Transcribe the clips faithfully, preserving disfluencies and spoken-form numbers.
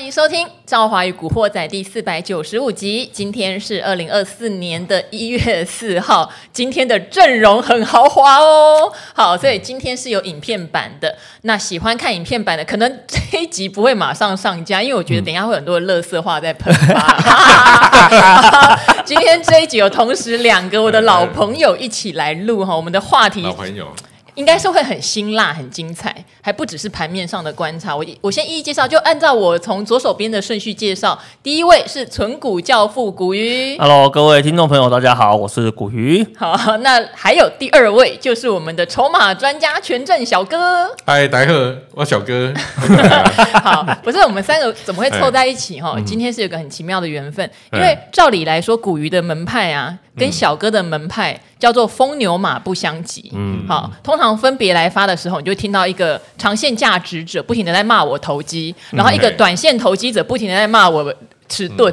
迎收听《赵华与古惑仔》第四百九十五集。今天是二零二四年的一月四号，今天的阵容很豪华哦。好，所以今天是有影片版的。那喜欢看影片版的，可能这一集不会马上上架，因为我觉得等一下会有很多的垃圾话在喷发。今天这一集有同时两个我的老朋友一起来录哈，我们的话题老朋友。 应该是会很辛辣、很精彩，还不只是盘面上的观察。我我先一一介绍，就按照我从左手边的顺序介绍。第一位是存股教父古鱼 ，Hello， 各位听众朋友，大家好，我是古鱼。 好，那还有第二位就是我们的筹码专家权证小哥。 嗨，大家好，我小哥。 好，不是我们三个怎么会凑在一起哈？今天是有个很奇妙的缘分，因为照理来说，古鱼的门派啊，跟小哥的门派叫做风牛马不相及。嗯，好，通常分别来发的时候，你就会听到一个长线价值者不停的在骂我投机，然后一个短线投机者不停的在骂我迟钝。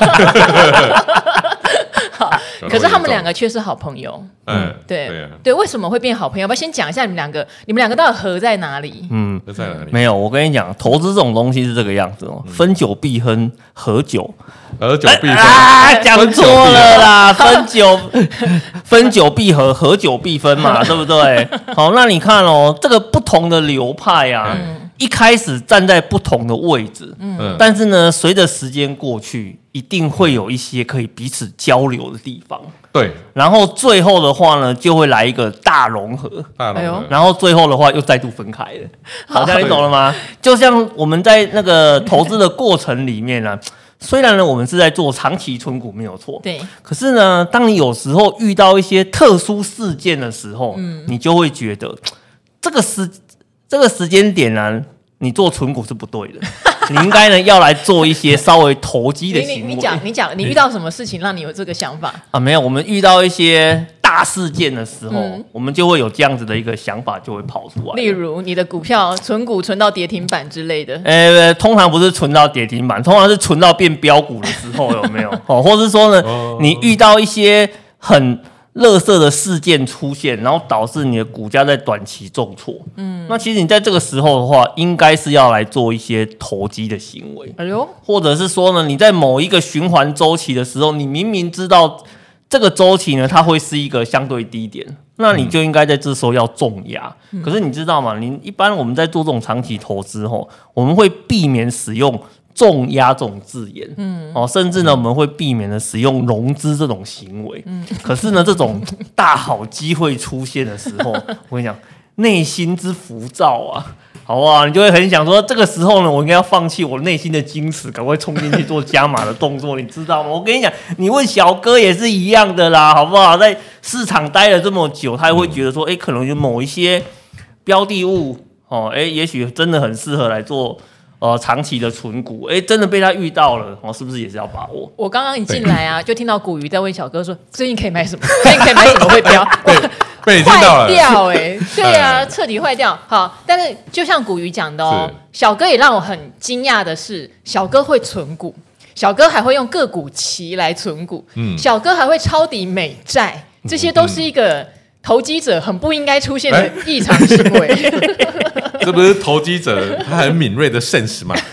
好，可是他们两个却是好朋友。嗯，对对、啊、对，为什么会变好朋友？要不要先讲一下你们两个，你们两个到底合在哪里？ 嗯， 合在哪里？ 没有，我跟你讲，投资这种东西是这个样子哦，嗯、分久必分，合久， 合久必分。 啊，讲错了啦，分久分久必合，合久必分嘛，对不对？好，那你看哦，这个不同的流派啊。嗯一开始站在不同的位置，嗯，但是呢，随着时间过去，一定会有一些可以彼此交流的地方。 对， 然后最后的话呢，就会来一个大融合， 大融合， 然后最后的话又再度分开了。好像你懂了吗？就像我们在那个投资的过程里面啊，虽然呢我们是在做长期存股没有错， 对， 可是呢，当你有时候遇到一些特殊事件的时候，嗯，你就会觉得这个时。这个时间点呢、啊，你做存股是不对的，你应该呢要来做一些稍微投机的行为。 你你讲，你讲，你遇到什么事情让你有这个想法啊？没有，我们遇到一些大事件的时候，嗯、我们就会有这样子的一个想法，就会跑出来。 例如，你的股票存股存到跌停板之类的。 呃，通常不是存到跌停板，通常是存到变标股的时候，有没有？哦，或是说呢，哦、你遇到一些很。垃圾的事件出现，然后导致你的股价在短期重挫。嗯，那其实你在这个时候的话，应该是要来做一些投机的行为。哎呦，或者是说呢，你在某一个循环周期的时候，你明明知道这个周期呢，它会是一个相对低点，那你就应该在这时候要重压。嗯、可是你知道吗？你一般我们在做这种长期投资后，我们会避免使用。重压这种字眼，嗯，哦，甚至呢，我们会避免了使用融资这种行为，嗯，可是呢，这种大好机会出现的时候，我跟你讲，内心之浮躁啊，好不好？你就会很想说，这个时候呢，我应该要放弃我内心的矜持，赶快冲进去做加码的动作，你知道吗？我跟你讲，你问小哥也是一样的啦，好不好？在市场待了这么久，他也会觉得说，哎、欸，可能有某一些标的物，哦，哎、欸，也许真的很适合来做。呃，长期的存股，哎，真的被他遇到了，哦，是不是也是要把握？ 我刚刚一进来啊，就听到古鱼在问小哥说：“最近可以买什么？最近可以买什么会飙？” 被你听到了， 坏掉哎、欸，对啊，彻底坏掉。好，但是就像古鱼讲的哦，小哥也让我很惊讶的是，小哥会存股，小哥还会用个股期来存股，嗯，小哥还会抄底美债，这些都是一个投机者很不应该出现的异常行为。欸这不是投机者他很敏锐的 sense 吗？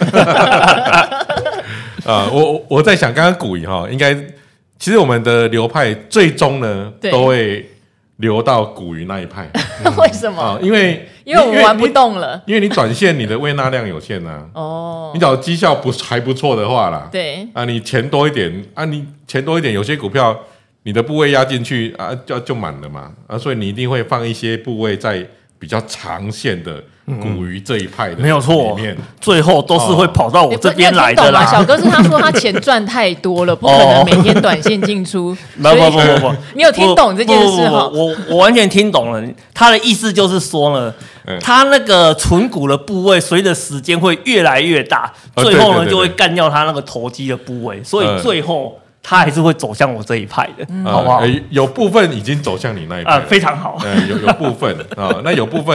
啊，我我在想，刚刚古鱼哈，应该其实我们的流派最终呢都会流到古鱼那一派。 嗯、为什么？啊、 因为因为我们玩不动了， 因为你短线你的胃纳量有限啊。哦，你只要绩效不还不错的话啦， 对啊，你钱多一点啊，你钱多一点，有些股票你的部位压进去啊，就就满了嘛啊，所以你一定会放一些部位在比较长线的。古鱼这一派的、嗯、 没有错，最后都是会跑到我这边来的啦。 小哥是他说他钱赚太多了，不可能每天短线进出。 不不不不不， 你有听懂这件事哈？ 我我完全听懂了，他的意思就是说呢，嗯、他那个存股的部位随着时间会越来越大，最后呢就会干掉他那个投机的部位，所以最后。他还是会走向我这一派的，嗯、好不好、 呃？有部分已经走向你那一派、 啊，非常好。 呃、有有部分啊、呃，那有部分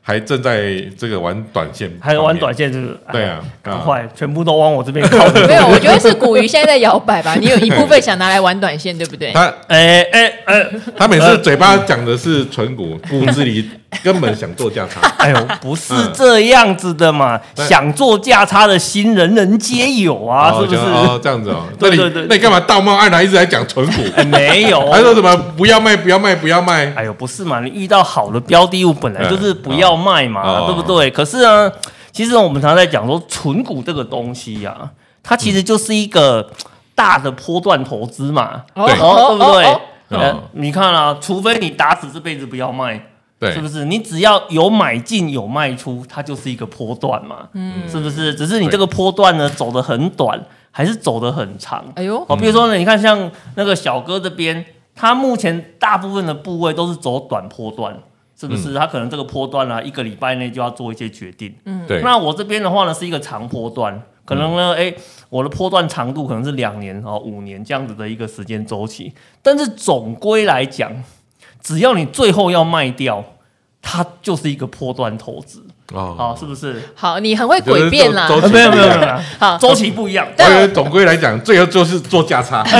还正在这个玩短线， 还有玩短线是不是？ 对啊， 赶快全部都往我这边靠。 没有，我觉得是古鱼现在在摇摆吧，你有一部分想拿来玩短线，对不对？ 他哎哎哎， 他每次嘴巴讲的是纯股，骨子里根本想做价差。 哎呦，不是这样子的嘛！想做价差的心，人人皆有啊，是不是？ 哦，这样子哦。 对对对， 那你干嘛道貌岸然一直在讲纯股？ 哎，没有， 还说什么不要卖，不要卖，不要卖？ 哎呦，不是嘛！你遇到好的标的物，本来就是不要卖嘛，对不对？可是呢，其实我们常常在讲说，纯股这个东西呀，它其实就是一个大的波段投资嘛， 对， 对不对？呃，你看啊，除非你打死这辈子不要卖。 对， 是不是？你只要有买进有卖出，它就是一个波段嘛，嗯，是不是？只是你这个波段呢走得很短，还是走得很长？哎呦，哦，比如说呢，你看像那个小哥这边，他目前大部分的部位都是走短波段，是不是？嗯、他可能这个波段啊，一个礼拜内就要做一些决定。嗯，对。那我这边的话呢，是一个长波段，可能呢，哎、嗯，我的波段长度可能是两年哦、五年这样子的一个时间周期，但是总归来讲。只要你最后要卖掉，它就是一个波段投资哦，好，是不是？ 好，你很会诡辩啦， 没有没有没有，好，周期不一样。 我觉得总归来讲，最后就是做价差。 哎、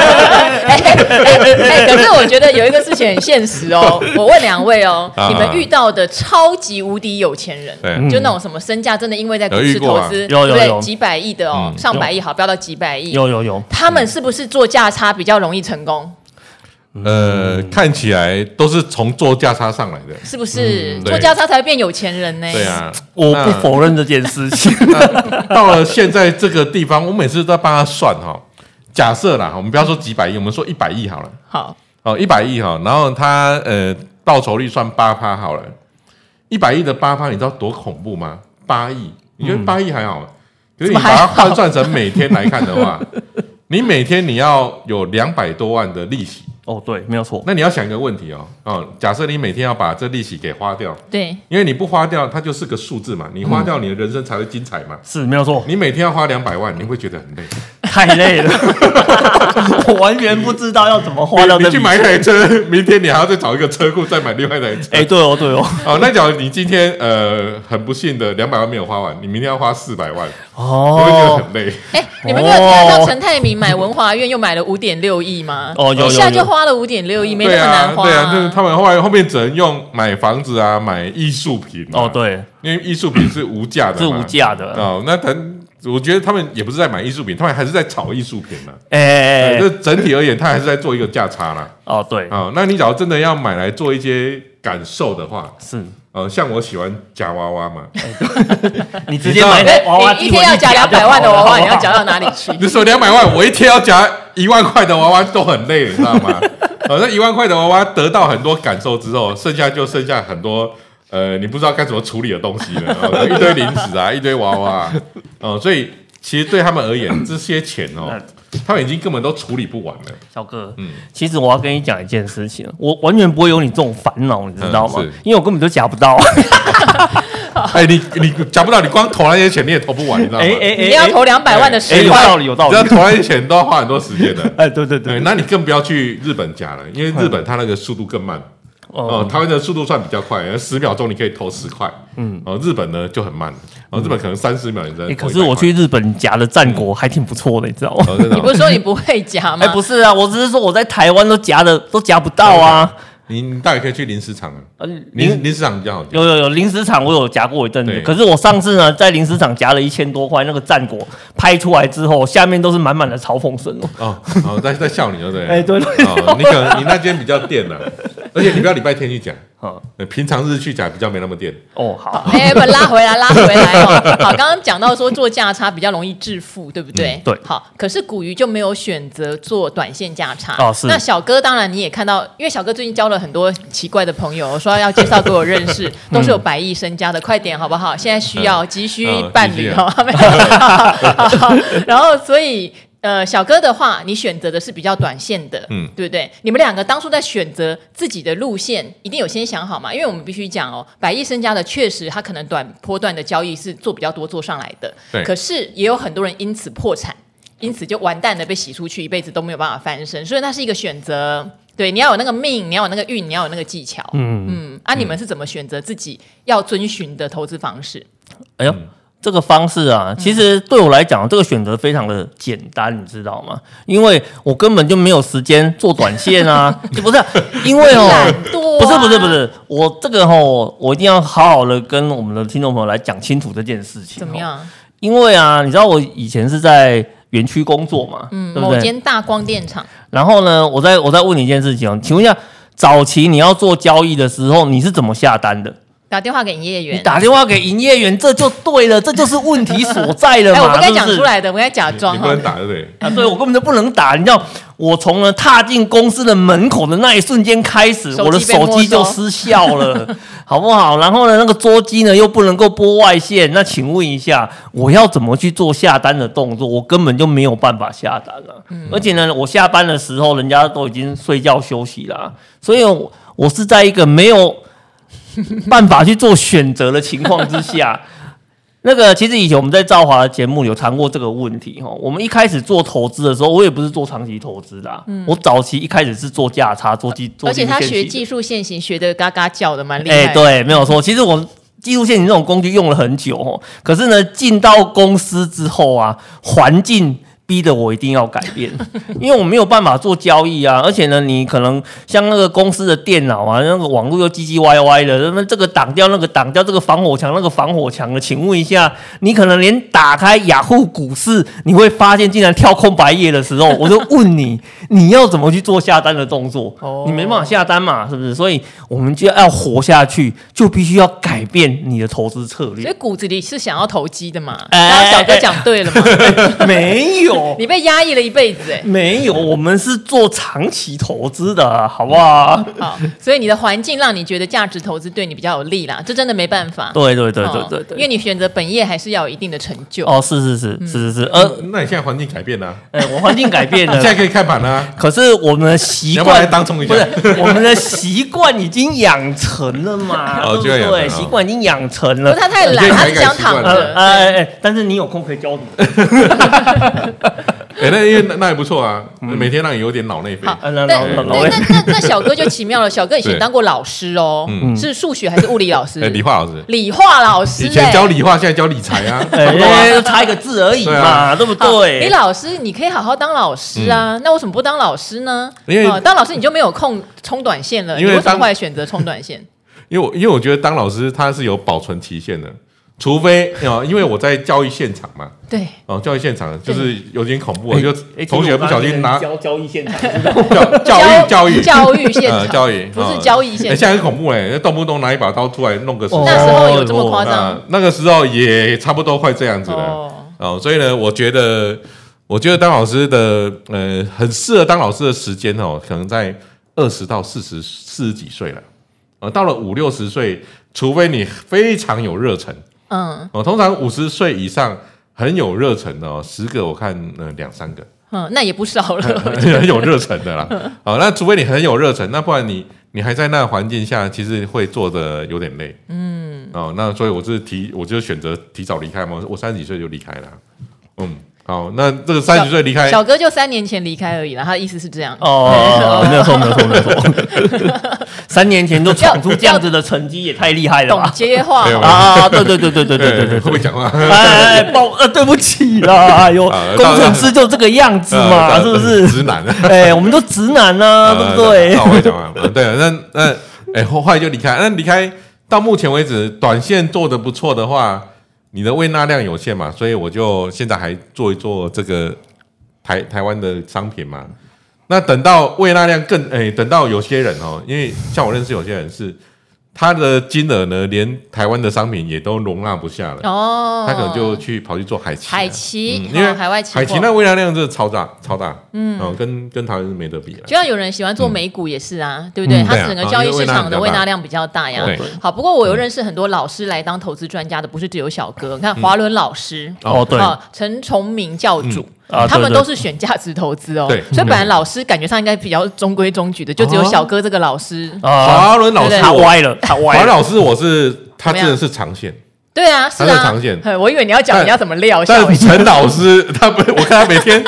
可是我觉得有一个事情很现实哦，我问两位哦，你们遇到的超级无敌有钱人，就那种什么身价真的因为在股市投资， 有有有几百亿的哦，上百亿好，飙到几百亿， 有有有， 他们是不是做价差比较容易成功？ 呃，看起来都是从做价差上来的， 是不是？嗯、做价差才会变有钱人呢？ 对啊， 我不否认这件事情。 到了现在这个地方，我每次都在帮他算哈。假设啦，我们不要说几百亿，我们说一百亿好了。 好， 哦，一百亿哈，然后他呃报酬率算八趴好了，一百亿的八趴，你知道多恐怖吗？八亿，你觉得八亿还好？可是你把它换算成每天来看的话，你每天你要有两百多万的利息。 哦，对，没有错。 那你要想一个问题哦，哦，假设你每天要把这利息给花掉， 对， 因为你不花掉，它就是个数字嘛，你花掉，你的人生才会精彩嘛。 是，没有错。 你每天要花两百万，你会觉得很累， 太累了，我完全不知道要怎么花掉这。 你去买一台车，明天你还要再找一个车库再买另外一台车。 哎、欸，对哦，对哦。 哦，那假如你今天呃很不幸的两百万没有花完，你明天要花四百万， 哦， 你会觉得很累。 哎、欸，你们没有听到陈泰明买文华苑又买了五点六亿吗？ 哦，有有有， 一下就花了五点六亿，没那么难花、啊。 对啊，就是他们后来后面只能用买房子啊，买艺术品、啊。 哦，对， 因为艺术品是无价的， 是无价的。 哦，那咱我觉得他们也不是在买艺术品，他们还是在炒艺术品嘛。 哎、欸， 就整体而言，他还是在做一个价差啦。 哦，对。 哦，那你假如真的要买来做一些感受的话， 是。 呃，像我喜欢夹娃娃嘛， 你直接买娃娃， 一天要夹两百万的娃娃，你要夹到哪里去？ 你说两百万，我一天要夹一万块的娃娃都很累，你知道吗？呃，那一万块的娃娃得到很多感受之后，剩下就剩下很多呃，你不知道该怎么处理的东西了，呃、一堆零食啊，一堆娃娃啊，哦、呃，所以其实对他们而言，这些钱哦。他们已经根本都处理不完了， 小哥。嗯，其实我要跟你讲一件事情，我完全不会有你这种烦恼，你知道吗？ 嗯、 因为我根本就夹不到。 哎，你你夹不到，你光投那些钱你也投不完，你知道吗？ 哎哎哎， 你要投两百万的十块， 有道理有道理。 只要投那些钱都要花很多时间的。 哎，对对对， 那你更不要去日本夹了，因为日本它那个速度更慢。哦，台湾的速度算比较快，十秒钟你可以投十块。嗯，哦，日本呢就很慢，哦，日本可能三十秒你才。 欸、可是我去日本夹的战果还挺不错的，你知道吗？ 哦、 你不是说你不会夹吗？ 哎、欸，不是啊，我只是说我在台湾都夹的都夹不到啊。 你你大概可以去零食场啊，零零食场比较好。 有有有，零食场我有夹过一阵子，可是我上次呢在零食场夹了一千多块，那个战果拍出来之后，下面都是满满的嘲讽声哦。 哦哦，在在笑你对不对？ 哎、欸、对对。 哦，你可能你那间比较电了、啊，而且你不要礼拜天去夹。哦，平常日去夹比较没那么电哦。好， 哎、欸，不拉回来，拉回来哦。好，刚刚讲到说做价差比较容易致富，对不对？ 嗯、对。 好，可是古鱼就没有选择做短线价差。 哦，是。 那小哥当然你也看到，因为小哥最近交了很多奇怪的朋友，说要介绍给我认识，嗯、都是有百亿身家的，快点好不好？现在需要急需伴侣哈。然后，所以。呃，小哥的话，你选择的是比较短线的，嗯，对不对？你们两个当初在选择自己的路线，一定有先想好嘛？因为我们必须讲哦，百亿身家的确实他可能短波段的交易是做比较多做上来的，对。可是也有很多人因此破产，因此就完蛋了，被洗出去，一辈子都没有办法翻身，所以那是一个选择对，你要有那个命，你要有那个运，你要有那个技巧。嗯嗯，啊，你们是怎么选择自己要遵循的投资方式？ 哎呦。嗯这个方式啊，其实对我来讲，这个选择非常的简单，你知道吗？因为我根本就没有时间做短线啊，不是？因为哦，不是不是不是，我这个哦，我一定要好好的跟我们的听众朋友来讲清楚这件事情。 怎么样？ 因为啊，你知道我以前是在园区工作嘛，嗯，对不对？ 某间大光电厂。 然后呢，我再我再问你一件事情哦，请问一下，早期你要做交易的时候，你是怎么下单的？ 打电话给营业员， 你打电话给营业员，这就对了，这就是问题所在了嘛。 哎，我不该讲出来的，我该假装。 你不能打，对不对？ 啊，对，我根本就不能打。你知道，我从呢踏进公司的门口的那一瞬间开始，我的手机就失效了，好不好？然后呢，那个桌机呢又不能够拨外线，那请问一下，我要怎么去做下单的动作？我根本就没有办法下单了。嗯、而且呢，我下班的时候，人家都已经睡觉休息了，所以我我是在一个没有办法去做选择的情况之下，那个其实以前我们在兆华的节目有谈过这个问题哈。我们一开始做投资的时候，我也不是做长期投资的、嗯，我早期一开始是做价差，做技，做而且他学技术线型学的嘎嘎叫的蛮厉害的。 哎、欸，对，没有错。其实我技术线型这种工具用了很久哦，可是呢，进到公司之后啊，环境逼得我一定要改变，因为我没有办法做交易啊，而且呢，你可能像那个公司的电脑啊，那个网络又唧唧歪歪的，那么这个挡掉那个挡掉，这个防火墙那个防火墙的，请问一下，你可能连打开雅虎股市，你会发现竟然跳空白页的时候，我就问你，你要怎么去做下单的动作？哦、你没办法下单嘛，是不是？所以我们就要活下去，就必须要改变你的投资策略。 所以骨子里是想要投机的嘛？刚刚小哥讲对了嘛？ 欸、没有。 你被压抑了一辈子哎， 没有，我们是做长期投资的，好不好？ 好，所以你的环境让你觉得价值投资对你比较有利啦，这真的没办法。 对对对对 对, 对、哦、 因为你选择本业还是要有一定的成就。 哦，是是是、嗯、是是是，呃， 那你现在环境改变了、啊， 哎、欸，我环境改变了， 现在可以开盘了、啊。 可是我们的习惯， 要不要来当冲一下？ 不是，我们的习惯已经养成了嘛，哦、对不对？习惯已经养成了。 不是他太懒，他只想躺着。 哎哎哎，但是你有空可以教你。 哎、欸，那因为那也不错啊，嗯、每天让你有点脑内啡。 好，那那那那小哥就奇妙了，小哥以前当过老师哦，嗯、是数学还是物理老师？ 哎、欸，理化老师。 理化老师、欸， 以前教理化，现在教理财啊， 哎、欸，差一个字而已嘛，对,、啊、对不对？ 李老师，你可以好好当老师啊，嗯、那为什么不当老师呢？因为、呃、当老师你就没有空冲短线了，因为你为什么会选择冲短线？ 因为我因为我觉得当老师他是有保存期限的。除非哦，因为我在教育现场嘛， 对哦，教育现场就是有点恐怖，就同学不小心拿教交易现场， 教育教育教育现场， 教育不是交易现场， 现在很恐怖哎，动不动拿一把刀出来弄个。 那时候有这么夸张？ 那个时候也差不多快这样子了哦，所以呢，我觉得，我觉得当老师的呃，很适合当老师的时间哦，可能在二十到四十四十几岁了，呃，到了五六十岁，除非你非常有热忱。嗯，哦，通常五十岁以上很有热忱的哦，十个我看呃两三个， 嗯，那也不少了， 很有热忱的啦。哦，那除非你很有热忱，那不然你你还在那个环境下，其实会做的有点累。嗯，哦，那所以我是提，我就选择提早离开嘛，我三十几岁就离开了。嗯。好，那这个三十岁离开， 小哥就三年前离开而已啦。他的意思是这样。 哦，没有错，没有错，没有错。三年前就闯出这样子的成绩，也太厉害了吧！ 懂接话啊！对对对对对对对对， 会不会讲话？ 哎，抱呃，对不起啦，哎呦，工程师就这个样子嘛，是不是？ 直男， 哎，我们都直男啊，对不对？ 我会讲话。对，那那哎，后来就离开。那离开到目前为止，短线做得不错的话。你的胃纳量有限嘛，所以我就现在还做一做这个台台湾的商品嘛。那等到胃纳量更诶，等到有些人哦，因为像我认识有些人是他的金额呢，连台湾的商品也都容纳不下了哦，他可能就去跑去做海期， 海期， 嗯、因为海外期海期那胃纳量真的超大超大，嗯，哦、跟跟台湾是没得比了。 就像有人喜欢做美股也是啊，嗯、对不对？它、嗯、整个交易市场的胃纳量比较大呀。好，不过我有认识很多老师来当投资专家的，不是只有小哥，你看华伦老师、 嗯、哦，对， 陈崇明教主。嗯啊、 他们都是选价值投资哦，所以本来老师感觉上应该比较中规中矩的，就只有小哥这个老师。 华伦老师他歪了，他歪了。 华伦老师我是他真的是长线。 对啊，是啊， 他是长线。 我以为你要讲你要怎么料。 但陈老师他不，我看他每天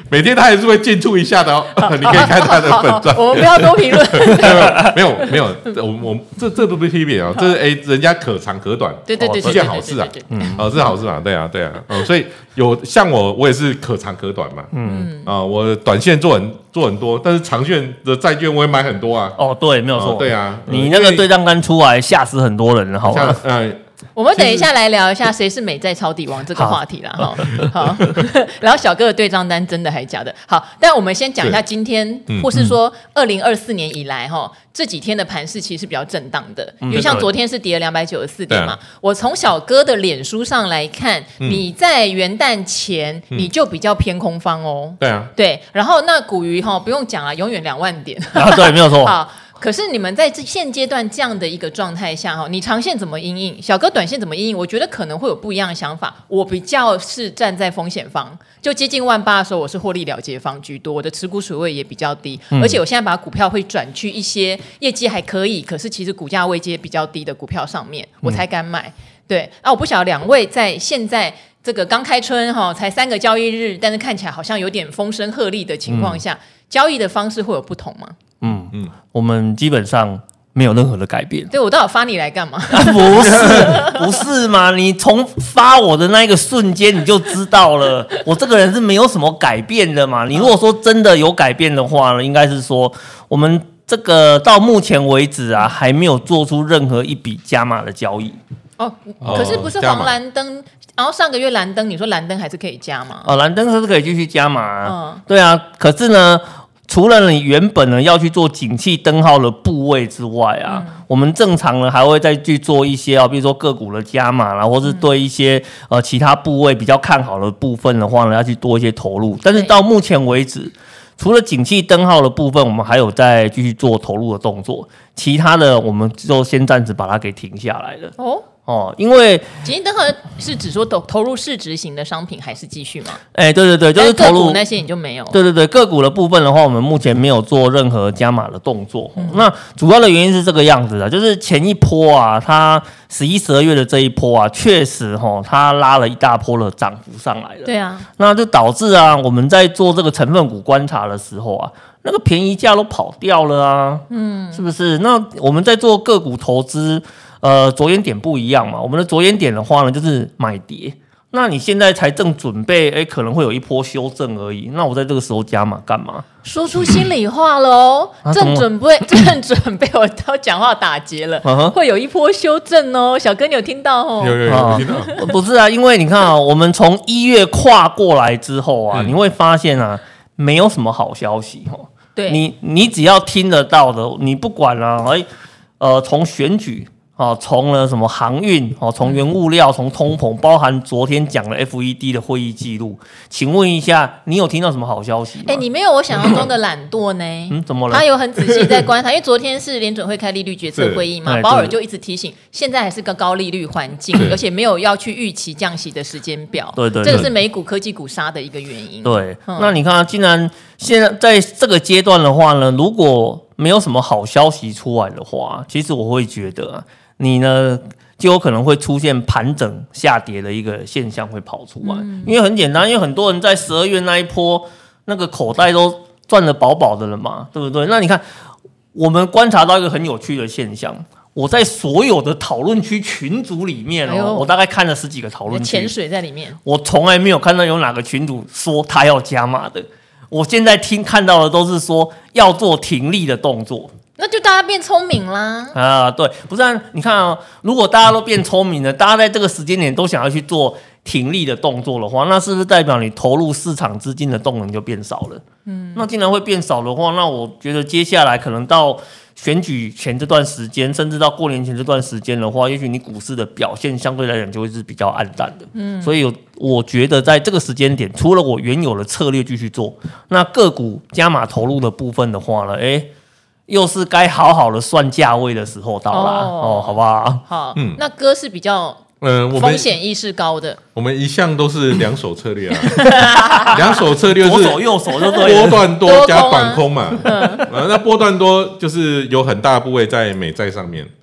每天他还是会进出一下的哦。你可以看他的本传。 我们不要多评论。 没有没有，我我这这不是批评啊，这是哎人家可长可短， 对对对， 是件好事啊。嗯，哦，是好事嘛，对啊对啊。嗯，所以有像我，我也是可长可短嘛。嗯啊，我短线做很做很多，但是长线的债券我也买很多啊。 哦，对，没有错。 对啊， 你那个对账单出来，吓死很多人了，好吧？ 嗯。 我们等一下来聊一下谁是美债抄底王这个话题啦，哈，好，然后小哥的对账单真的还假的？好，但我们先讲一下今天，或是说二零二四年以来哈，这几天的盘势其实是比较震荡的，因为像昨天是跌了两百九十四点嘛。我从小哥的脸书上来看，你在元旦前你就比较偏空方哦。 对啊， 对，然后那股鱼哈不用讲了，永远两万点。 啊，对，没有错。 好。可是你们在现阶段这样的一个状态下哈，你长线怎么因应？小哥短线怎么因应？我觉得可能会有不一样的想法。我比较是站在风险方，就接近万八的时候，我是获利了结方居多，我的持股水位也比较低，嗯、而且我现在把股票会转去一些业绩还可以，可是其实股价位阶比较低的股票上面，我才敢买。嗯、对，啊，我不晓得两位在现在这个刚开春哈，才三个交易日，但是看起来好像有点风声鹤唳的情况下，嗯、交易的方式会有不同吗？ 嗯嗯，我们基本上没有任何的改变。 对，我到底发你来干嘛？ 啊、不是不是嘛？你从发我的那一个瞬间你就知道了，我这个人是没有什么改变的嘛。你如果说真的有改变的话呢，应该是说我们这个到目前为止啊，还没有做出任何一笔加码的交易。 哦，可是不是黄蓝灯？然后上个月蓝灯，你说蓝灯还是可以加吗？ 哦，蓝灯是可以继续加码、啊。嗯，对啊。可是呢？除了你原本呢要去做景气灯号的部位之外啊，嗯、我们正常呢还会再去做一些啊，比如说个股的加码啦，或是对一些、嗯、呃其他部位比较看好的部分的话呢，要去多一些投入。但是到目前为止，除了景气灯号的部分，我们还有再继续做投入的动作，其他的我们就先暂时把它给停下来了。哦。哦，因为景气灯号是指说投投入市值型的商品还是继续吗？ 哎、欸，对对对，就是投入那些你就没有。 对对对，个股的部分的话，我们目前没有做任何加码的动作。嗯、那主要的原因是这个样子的，就是前一波啊，它十一、十二月的这一波啊，确实哈，它拉了一大波的涨幅上来了。 对啊， 那就导致啊，我们在做这个成分股观察的时候啊，那个便宜价都跑掉了啊，嗯，是不是？那我们在做个股投资。呃，着眼点不一样嘛。我们的着眼点的话呢，就是买跌。那你现在才正准备，哎，可能会有一波修正而已。那我在这个时候加码干嘛？ 说出心里话了哦，啊、正准备，正准备，我都讲话打结了，啊、会有一波修正哦。小哥，你有听到哦？ 有有有， 啊、 听到。 不是啊，因为你看啊，我们从一月跨过来之后啊，嗯、你会发现啊，没有什么好消息哦。 对， 你你只要听得到的，你不管啊，哎，呃，从选举。哦，从了什么航运，哦，从原物料，从通膨，包含昨天讲的 F E D 的会议记录，请问一下，你有听到什么好消息吗？ 哎、欸，你没有我想象中的懒惰呢。 嗯，怎么了？ 他有很仔细在观察，因为昨天是联准会开利率决策会议嘛，鲍尔就一直提醒，现在还是个高利率环境，而且没有要去预期降息的时间表。 对 对, 对， 这个是美股科技股杀的一个原因。 对，嗯、那你看，既然现在在这个阶段的话呢，如果没有什么好消息出来的话，其实我会觉得、啊。你呢，就有可能会出现盘整下跌的一个现象会跑出来，嗯、因为很简单，因为很多人在十二月那一波那个口袋都赚得饱饱的了嘛，对不对？那你看，我们观察到一个很有趣的现象，我在所有的讨论区群组里面哦，哎、我大概看了十几个讨论区， 潜水在里面， 我从来没有看到有哪个群组说他要加码的，我现在听看到的都是说要做停利的动作。 那就大家变聪明啦啊！对，不是、啊、你看啊，如果大家都变聪明了，大家在这个时间点都想要去做停利的动作的话，那是不是代表你投入市场资金的动能就变少了？嗯，那既然会变少的话，那我觉得接下来可能到选举前这段时间，甚至到过年前这段时间的话，也许你股市的表现相对来讲就会是比较暗淡的。嗯，所以我觉得在这个时间点，除了我原有的策略继续做，那个股加码投入的部分的话呢，哎。又是该好好的算价位的时候到了 哦, 哦，好不好？ 好，嗯，那哥是比较嗯风险意识高的， 我们一向都是两手策略啊，两手策略是左手右手就对了， 波段多加短空嘛，啊，那波段多就是有很大部位在美债上面，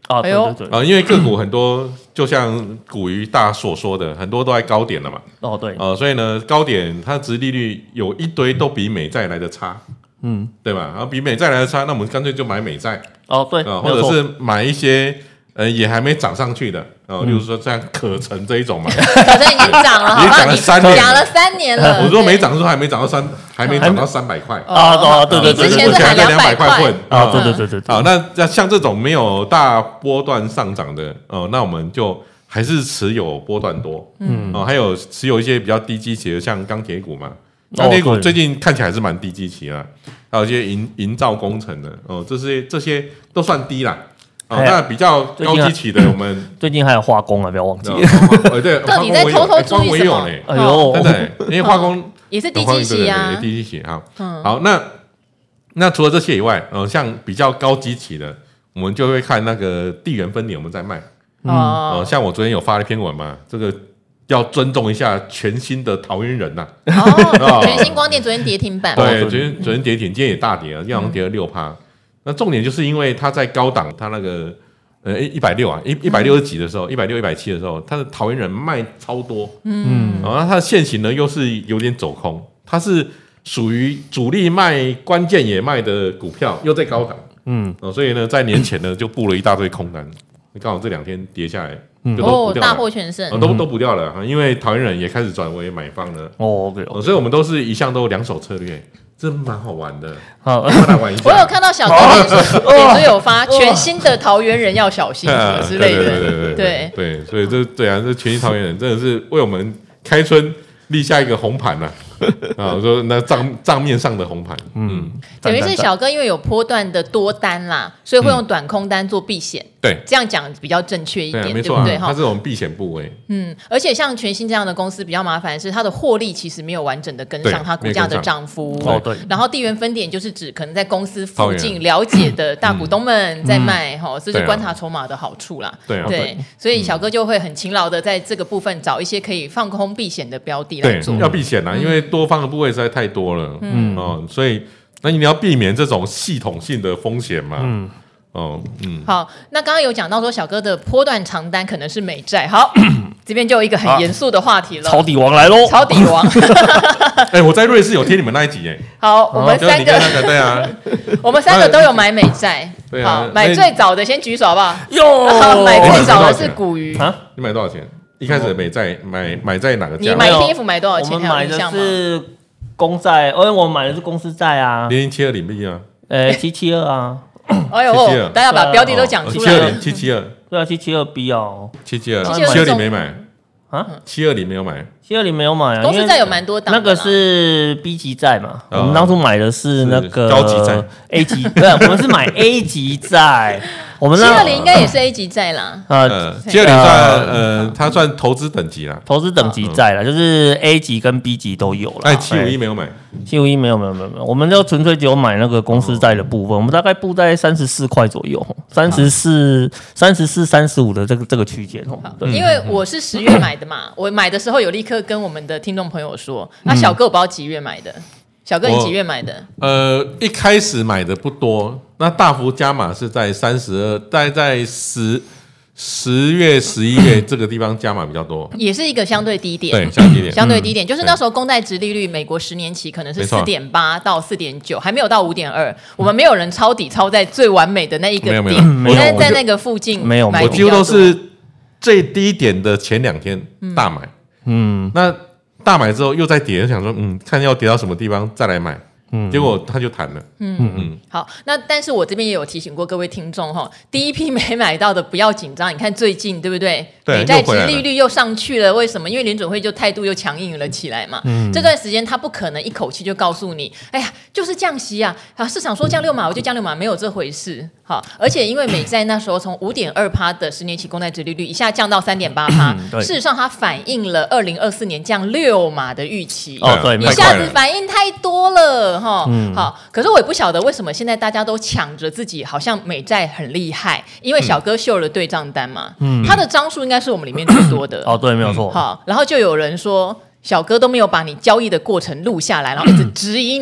啊，对对对， 啊，因为个股很多，就像股鱼大所说的，很多都在高点了嘛。 哦对， 呃，所以呢，高点它的殖利率有一堆都比美债来的差， 嗯， 对吧？然后比美债来的差，那我们干脆就买美债哦对， 啊，或者是买一些呃也还没涨上去的哦，例如说像可成这一种嘛， 可是已经涨了， 已经涨了三年了涨了三年了。 我说没涨的时候还没涨到三，还没涨到三百块啊，哦对对对， 之前是还两百块混啊，对对对对， 好，那那像这种没有大波段上涨的哦，那我们就还是持有波段多，嗯，哦，还有持有一些比较低基期的，像钢铁股嘛，钢铁股最近看起来是蛮低基期啊，还有一些营营造工程的哦，这些这些都算低啦。哦，那比较高基期的，我们最近还有化工啊，不要忘记。 呃，对， 到底在偷偷注意什么？ 哎呦， 真的，因为化工也是低基期啊， 低基期哈。好，那那除了这些以外，呃，像比较高基期的，我们就会看那个地缘分点，我们在卖。哦，像我昨天有发了一篇文嘛，这个要尊重一下全新的桃园人呐。 哦，全新光电昨天跌停板， 对，昨天昨天跌停，今天也大跌了，今天好像跌了六趴。那重点就是因为它在高档，它那个呃一百六啊，一一百六十几的时候，一百六一百七的时候，它的桃园人卖超多，嗯，然后它的现行呢又是有点走空，它是属于主力卖关键也卖的股票，又在高档，嗯，哦，所以呢，在年前呢就布了一大堆空单，刚好这两天跌下来，就都补掉了， 大获全胜， 哦，都都补掉了，因为桃园人也开始转为买方了， 哦 ，OK， 所以我们都是一向都两手策略。真蛮好玩的， 好， 来玩一下。 我有看到小哥脸书有发全新的桃园人要小心之类的， 对对对对对，所以这对啊，这全新桃园人真的是为我们开春立下一个红盘呐。啊，我说那账账面上的红盘，嗯， 等于是小哥因为有波段的多单啦，所以会用短空单做避险。 对， 这样讲比较正确一点， 没错，对？它是我们避险部位。 嗯，而且像全新这样的公司比较麻烦的是，它的获利其实没有完整的跟上它股价的涨幅。 哦，对。 然后地缘分点就是指可能在公司附近了解的大股东们在卖，哈，这是观察筹码的好处啦。 对对，所以小哥就会很勤劳的在这个部分找一些可以放空避险的标的来做。 要避险啊，因为多方的部位实在太多了。嗯哦，所以那你要避免这种系统性的风险嘛。嗯。哦，嗯， 好，那刚刚有讲到说小哥的波段长单可能是美债，好，这边就有一个很严肃的话题了， 抄底王来喽， 抄底王， 哎，我在瑞士有听你们那一集哎， 好，我们三个， 那个对啊， 我们三个都有买美债， 对啊， 买最早的先举手好不好？ 哟， 买最早的是股鱼啊，你买多少钱？一开始美债买买在哪个价？ 你买 P F 买多少钱？ 我们买的是公债，因为我买的是公司债啊， 零零七二零 B 啊， 呃，七七二啊。 哎呦，大家把标的都讲出来了。 七七二， 对啊，七七二 B 哦， 七七二，七二零没买啊，七二零没有买， 七二零没有买啊。 公司债有蛮多档， 那个是 B 级债嘛，我们当初买的是那个高级债 A 级，对，我们是买 A 级债。我们七二零应该也是 A 级债啦。 呃，七二零算呃，它算投资等级啦， 投资等级债啦，就是 A 级跟 B 级都有啦。 但七五一没有买， 七五一没有没有没有没有，我们就纯粹只有买那个公司债的部分，我们大概布在三十四块左右，三十四、三十四、三十五的这个这个区间哦。 因为我是十月买的嘛，我买的时候有立刻跟我们的听众朋友说，那小哥我不知道几月买的。小哥，你几月买的？ 呃，一开始买的不多，那大幅加码是在三十二，大概在十十月、十一月这个地方加码比较多， 也是一个相对低点， 对，相对低点， 相对低点，就是那时候公债殖利率，美国十年期可能是四点八到四点九，还没有到五点二，我们没有人抄底抄在最完美的那一个点，但是在那个附近没有， 我几乎都是最低点的前两天大买，嗯，那。大买之后又再跌，就想说，嗯，看要跌到什么地方再来买，嗯，结果它就弹了， 嗯嗯嗯。好，那但是我这边也有提醒过各位听众哈，第一批没买到的不要紧张，你看最近对不对？ 对， 美债殖利率又上去了，为什么？因为联准会就态度又强硬了起来嘛。嗯，这段时间他不可能一口气就告诉你，哎呀，就是降息啊，啊，市场说降六码我就降六码，没有这回事。好，而且因为美债那时候从五点二趴的十年期公债殖利率一下降到三点八趴，事实上它反映了二零二四年降六码的预期。 哦，对， 一下子反应太多了哈。嗯，好，可是我也不晓得为什么现在大家都抢着自己，好像美债很厉害，因为小哥秀了对账单嘛，嗯，他的张数应该是我们里面最多的。 哦，对，没有错。 好，然后就有人说。小哥都没有把你交易的过程录下来，然后一直质疑你，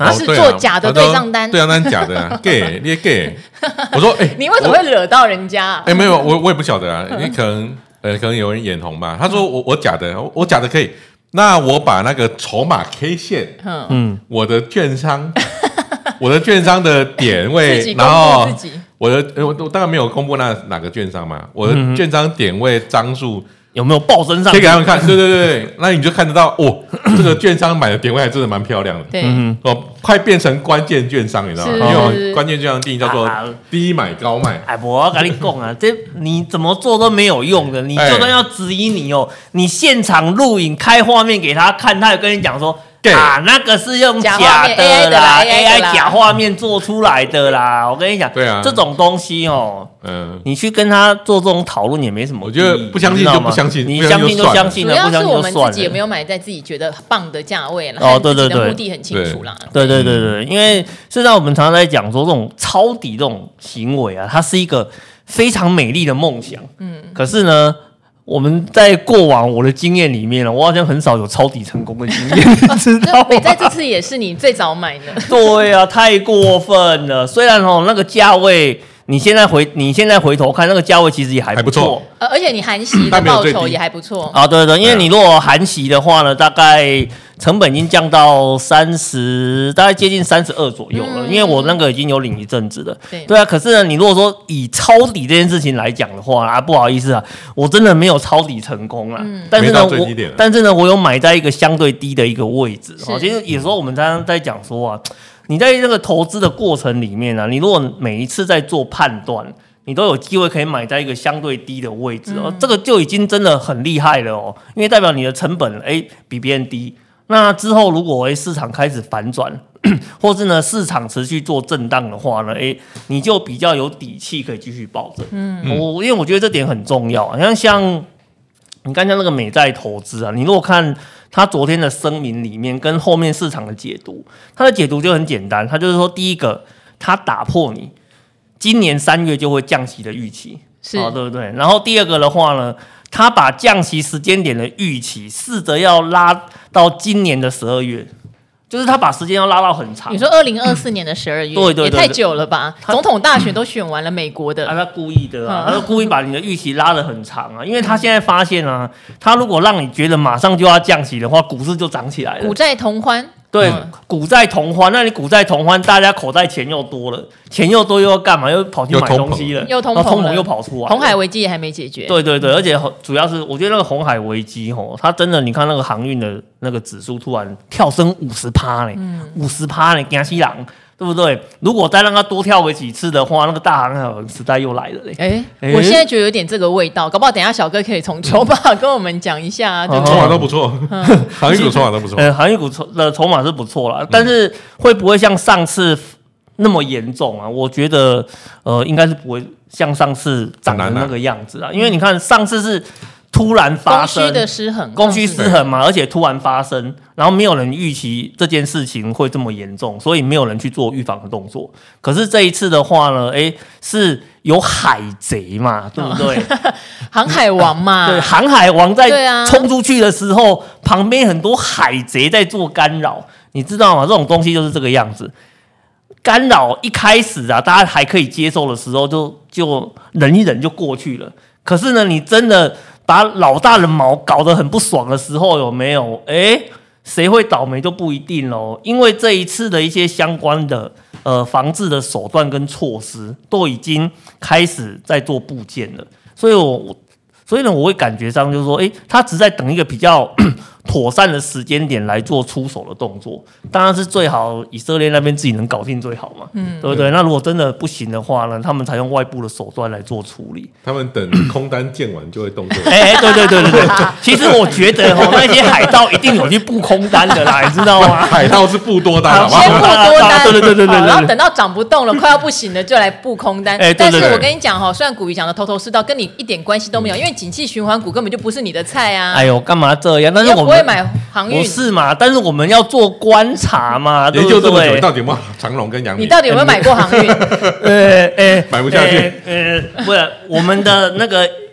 他是做假的对账单， 对账单假的啊 ，gay， 你也 gay。我说，哎， 你为什么会惹到人家？ 哎，没有，我我也不晓得啊，你可能呃，可能有人眼红吧。他说我我假的，我假的可以。那我把那个筹码 K 线，嗯，我的券商，我的券商的点位，然后我的我我当然没有公布那哪个券商嘛，我的券商点位张数有没有暴增上？ 可以给他们看，对对对，那你就看得到哦，这个券商买的点位还真的蛮漂亮的， 对， 哦，快变成关键券商，你知道吗？因为关键券商定义叫做低买高卖。 哎，我要跟你讲啊，这你怎么做都没有用的，你就算要质疑你哦，你现场录影开画面给他看，他也跟你讲说。啊，那个是用假的啦 ，A I 假画面做出来的啦。我跟你讲， 对啊， 这种东西哦，嗯，你去跟他做这种讨论也没什么意义。 我觉得不相信就不相信， 你相信就相信了，不相信就算了。 主要是我们自己有没有买在自己觉得棒的价位了？ 哦，对对对，目的很清楚啦。 对对对对，因为事实上我们常常在讲说，这种抄底这种行为啊，它是一个非常美丽的梦想。嗯，可是呢。我们在过往我的经验里面，我好像很少有抄底成功的经验，知道吗？ 美在这次也是你最早买的。 对啊，太过分了。虽然哦，那个价位，你现在回你现在回头看，那个价位其实也还不错， 呃，而且你含息的报酬也还不错啊。对对，因为你如果含息的话呢，大概成本已经降到三十，大概接近三十二左右了。嗯、因为我那个已经有领一阵子了。对对啊，可是呢，你如果说以抄底这件事情来讲的话啊，不好意思啊，我真的没有抄底成功啊。嗯、但是呢，我但是呢，我有买在一个相对低的一个位置。哦，其实有时候我们常常在讲说啊，你在这个投资的过程里面啊，你如果每一次在做判断。你都有机会可以买在一个相对低的位置哦，嗯、这个就已经真的很厉害了哦，因为代表你的成本哎比别人低。那之后如果哎市场开始反转，或是呢市场持续做震荡的话呢，哎你就比较有底气可以继续抱着。嗯，我因为我觉得这点很重要，像像你刚才那个美债投资啊，你如果看他昨天的声明里面跟后面市场的解读，他的解读就很简单，他就是说第一个，他打破你。今年三月就会降息的预期，是、哦、对不对？然后第二个的话呢，他把降息时间点的预期试着要拉到今年的十二月，就是他把时间要拉到很长。 你说二零二四年的十二月，嗯、对对对对，也太久了吧？总统大选都选完了，美国的， 啊、他故意的啊，他故意把你的预期拉得很长啊，因为他现在发现啊，他如果让你觉得马上就要降息的话，股市就涨起来了， 股债同欢。 对，嗯、股债同欢，那你股债同欢，大家口袋钱又多了，钱又多又要干嘛？又跑去买东西了， 又通膨， 通膨又跑出来， 红海危机也还没解决。 对对对，而且主要是我觉得那个红海危机吼，它真的，你看那个航运的那个指数突然跳升五十趴嘞，五十趴嘞，惊死人。对不对？如果再让它多跳个几次的话，那个大航海时代又来了嘞。哎、 欸，我现在觉得有点这个味道，搞不好等一下小哥可以从筹码跟我们讲一下、啊，对不对？ 筹码都不错，嗯、航运股筹码都不错。 呃，航运股的筹码是不错啦，但是会不会像上次那么严重啊？我觉得呃，应该是不会像上次涨的那个样子啊，因为你看上次是。突然发生供需的失衡， 供需失衡嘛，而且突然发生，然后没有人预期这件事情会这么严重，所以没有人去做预防的动作。可是这一次的话呢，哎，是有海贼嘛，对不对？ 航海王嘛， 对，航海王在冲出去的时候，啊、旁边很多海贼在做干扰，你知道吗？这种东西就是这个样子。干扰一开始啊，大家还可以接受的时候就，就就忍一忍就过去了。可是呢，你真的。把老大的毛搞得很不爽的时候，有没有？哎，谁会倒霉都不一定咯。因为这一次的一些相关的呃防治的手段跟措施，都已经开始在做布件了。所以我，所以呢，我会感觉上就是说，哎，他只在等一个比较妥善的时间点来做出手的动作。当然是最好以色列那边自己能搞定最好嘛，嗯，对不对？那如果真的不行的话呢，他们采用外部的手段来做处理。 他们等空单建完就会动作。 哎哎，对对对对对。其实我觉得哦，那些海盗一定有去布空单的啦，你知道吗？ 海盗是布多单，好不好？ 先布多单， 对对对对对。 然后等到涨不动了，快要不行了，就来布空单。哎，对对对。但是我跟你讲哈，虽然股鱼讲的头头是道，跟你一点关系都没有，因为景气循环股根本就不是你的菜啊。 哎呦，干嘛这样？但是我们不会买航运。 不是嘛？但是我们要做观察嘛，对不对？ 研究这么久，到底有没有长荣跟阳明？ 你到底有没有买过航运？ 呃呃， 买不下去。 呃，不是我们的那个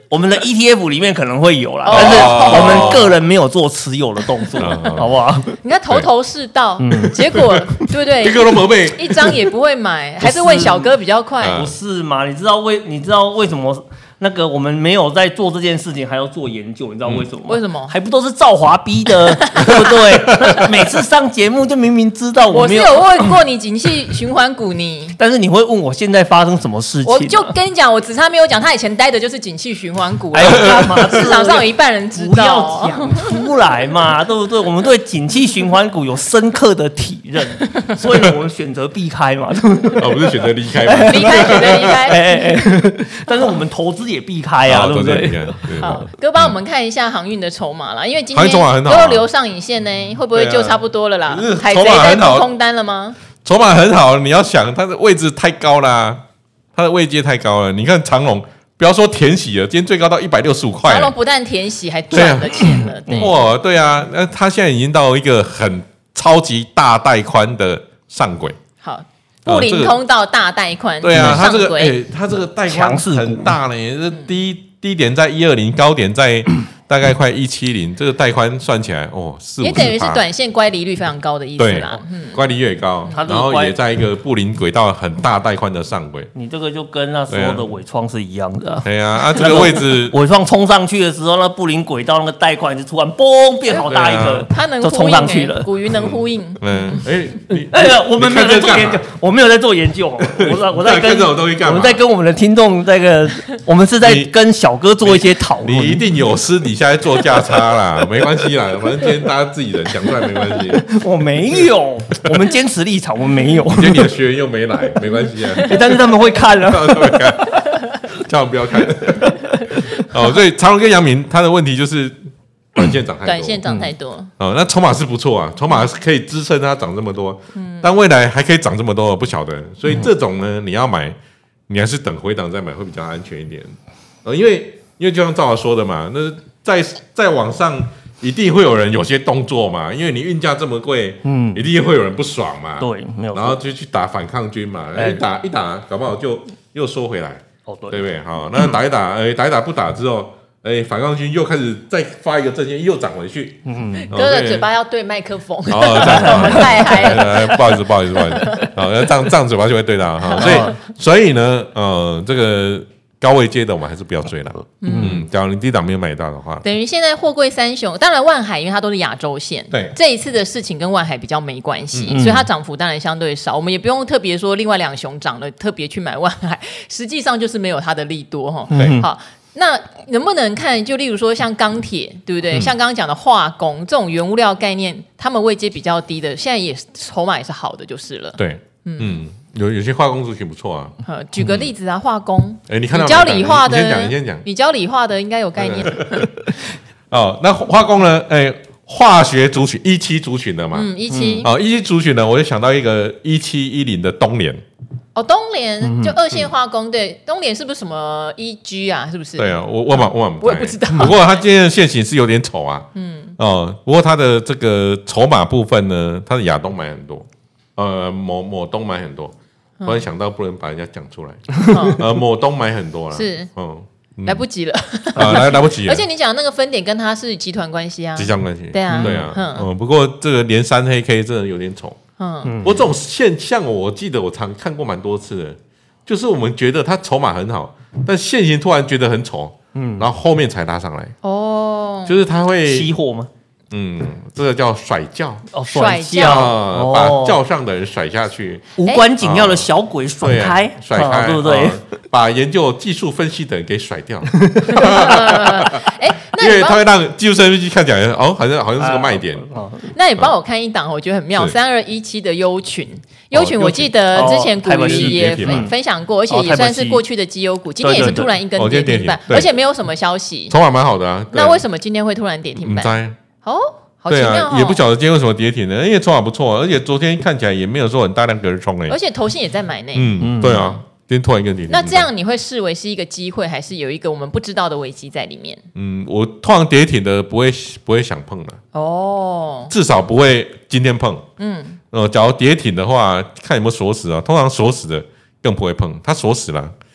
我们的 E T F 里面可能会有啦， 哦、 但是我们个人没有做持有的动作，哦、好不好？ 你看头头是道，嗯、结果对不对？ 一个都没背， 一张也不会买，还是问小哥比较快。 不是嘛？你知道为你知道为什么？那个我们没有在做这件事情，还要做研究，你知道为什么吗？ 为什么？ 还不都是赵华逼的，对不对？每次上节目就明明知道我没有。 我是有问过你景气循环股你， 但是你会问我现在发生什么事情、啊？ 我就跟你讲，我只差没有讲，他以前待的就是景气循环股， 还有干嘛？ 市场上有一半人知道， 不要讲出来嘛，对不对？我们对景气循环股有深刻的体认，所以我们选择避开嘛，对不对？ 哦，不是选择离开吗？ 离开，选择离开。 哎哎哎，但是我们投资也避开啊。对不对？ 好，哥帮我们看一下航运的筹码啦，因为今天又留上影线呢，会不会就差不多了啦？海贼在布空单了吗？ 筹码很好，你要想它的位置太高啦，它的位阶太高了。你看长荣，不要说填息了，今天最高到一百六十五块。 长荣不但填息，还赚了钱了。对哇，对啊，那它现在已经到一个很超级大带宽的上轨。 好。布林通道大带宽， 对啊，它这个哎，它这个带宽很大呢，这低低点在一二零，高点在大概快一七零，这个带宽算起来哦，四五十趴， 也等于是短线乖离率非常高的意思啦。 嗯，乖离越高，然后也在一个布林轨道很大带宽的上轨。 你这个就跟那时候的伟创是一样的。 对啊，啊这个位置伟创冲上去的时候，那布林轨道那个带宽就突然嘣变好大一个， 它能就冲上去了。 古鱼能呼应。 嗯，哎哎呀，我们没有在做研究，我没有在做研究，我在我在跟我们在跟我们的听众这个，我们是在跟小哥做一些讨论。 你一定有私底下在做价差。啦，没关系啦，反正今天大家自己人讲出来没关系。 我没有，我们坚持立场，我没有。 今天你的学员又没来，没关系啊。 但是他们会看啊， 他们会看，叫我们不要看。哦，所以长荣跟阳明，他的问题就是短线涨太多， 短线涨太多。 嗯、哦，那筹码是不错啊，筹码是可以支撑它涨这么多，嗯，但未来还可以涨这么多，不晓得。所以这种呢，你要买，你还是等回档再买会比较安全一点。呃，因为因为就像赵华说的嘛，那。在在网上一定会有人有些动作嘛，因为你运价这么贵，嗯，一定会有人不爽嘛， 对，没有， 然后就去打反抗军嘛，哎、打一打，搞不好就又收回来， 哦，对， 对不对？好，那打一打，哎、打一打不打之后，哎，反抗军又开始再发一个证件，又涨回去。 嗯，哥的嘴巴要对麦克风， 哦，这样我们太嗨了。 不好意思，不好意思，不好意思，好，这样这样嘴巴就会对到哈，所以所以呢，呃，这个。高位接的我们还是不要追了。嗯，假如你低档没有买到的话， 等于现在货柜三雄，当然万海因为它都是亚洲线， 对这一次的事情跟万海比较没关系，嗯、所以它涨幅当然相对少。我们也不用特别说另外两雄涨了特别去买万海，实际上就是没有它的利多哈。 嗯、 好。那能不能看？就例如说像钢铁，对不对？嗯、像刚刚讲的化工这种原物料概念，他们位阶比较低的，现在也筹码也是好的，就是了。 对，嗯。嗯有有些化工族群不错啊， 呃，举个例子啊，化工， 哎、欸，你看到你教理化的， 你先讲，你先讲， 你教理化的应该有概念。 哦，那化工呢？哎、欸，化学族群一期族群的嘛， 嗯，一期， 哦，一期族群呢，我就想到一个一七一零的东联。 哦，东联就二线化工，对，东联是不是什么 E G 啊？是不是？ 对啊，我我满我满我也不知道。 不过它今天的现形是有点丑啊，嗯，哦，不过它的这个筹码部分呢，它的亚东买很多，呃，某某东买很多。突然想到不能把人家讲出来，嗯、呃，某东买很多了， 是， 嗯， 来不及了， 啊，来来不及了。 而且你讲那个分点跟它是集团关系啊， 集团关系， 对啊， 对啊，嗯，嗯不过这个连三黑 K 真的有点丑，嗯，不过这种现象我记得我常看过蛮多次的，就是我们觉得它筹码很好，但现行突然觉得很丑，嗯，然后后面才拉上来，哦，就是它会期货吗？ 嗯，这个叫甩轿哦，甩轿、 呃，把轿上的人甩下去， 无关紧要的小鬼甩开， 啊、甩开， 对不对、呃？ 把研究技术分析的人给甩掉。 哎， 因为它会让技术分析看起来哦，好像好像是个卖点。 啊、那你帮我看一档，我觉得很妙，三二一七的优群，优群我记得之前股鱼也分分享过，而且也算是过去的绩优股，今天也是突然一根跌停板，而且没有什么消息， 筹码蛮好的啊。 那为什么今天会突然跌停板？哦，好奇妙哦！ 也不晓得今天为什么跌停呢？因为筹码不错，而且昨天看起来也没有说很大量隔日冲诶， 而且投信也在买内。 嗯，对啊，今天突然一根跌停。 那这样你会视为是一个机会，还是有一个我们不知道的危机在里面？ 嗯，我通常跌停的不会不会想碰的哦，至少不会今天碰。嗯，呃，假如跌停的话，看有没有锁死啊。通常锁死的更不会碰，它锁死了。 对，